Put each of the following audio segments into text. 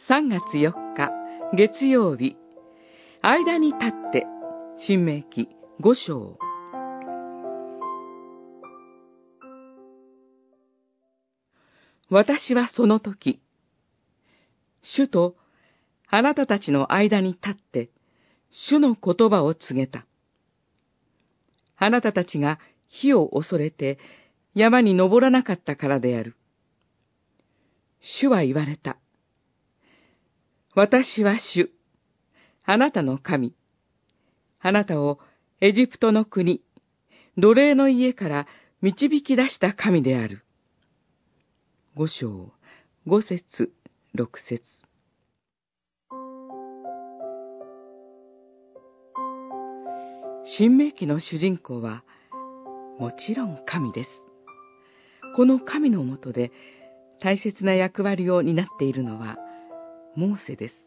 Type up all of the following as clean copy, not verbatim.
3月4日月曜日、間に立って、申命記5章。私はその時、主とあなたたちの間に立って、主の言葉を告げた。あなたたちが火を恐れて山に登らなかったからである。主は言われた。私は主、あなたの神。あなたをエジプトの国、奴隷の家から導き出した神である。5章、5節、6節。申命記の主人公は、もちろん神です。この神の下で大切な役割を担っているのは、モーセです。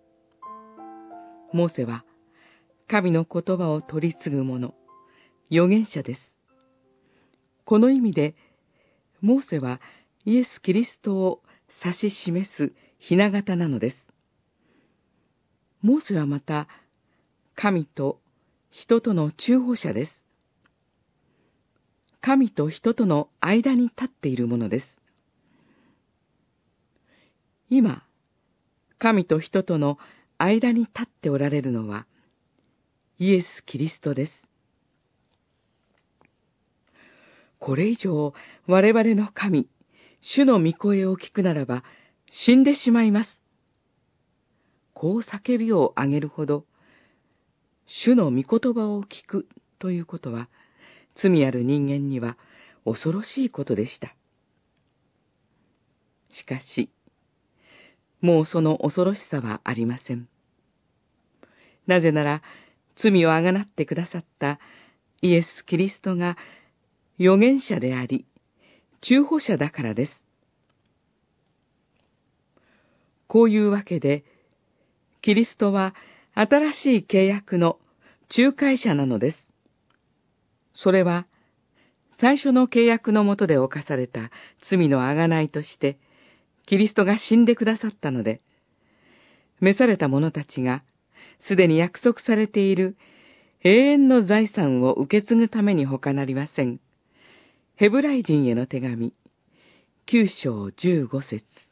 モーセは、神の言葉を取り継ぐ者、預言者です。この意味で、モーセはイエス・キリストを指し示す雛形なのです。モーセはまた、神と人との中保者です。神と人との間に立っているものです。今、神と人との間に立っておられるのは、イエス・キリストです。これ以上、我々の神、主の御声を聞くならば、死んでしまいます。こう叫びを上げるほど、主の御言葉を聞くということは、罪ある人間には恐ろしいことでした。しかし、もうその恐ろしさはありません。なぜなら、罪をあがなってくださったイエス・キリストが預言者であり、中保者だからです。こういうわけで、キリストは新しい契約の仲介者なのです。それは、最初の契約の下で犯された罪のあがないとして、キリストが死んでくださったので、召された者たちが、すでに約束されている永遠の財産を受け継ぐために他なりません。ヘブライ人への手紙、9章15節。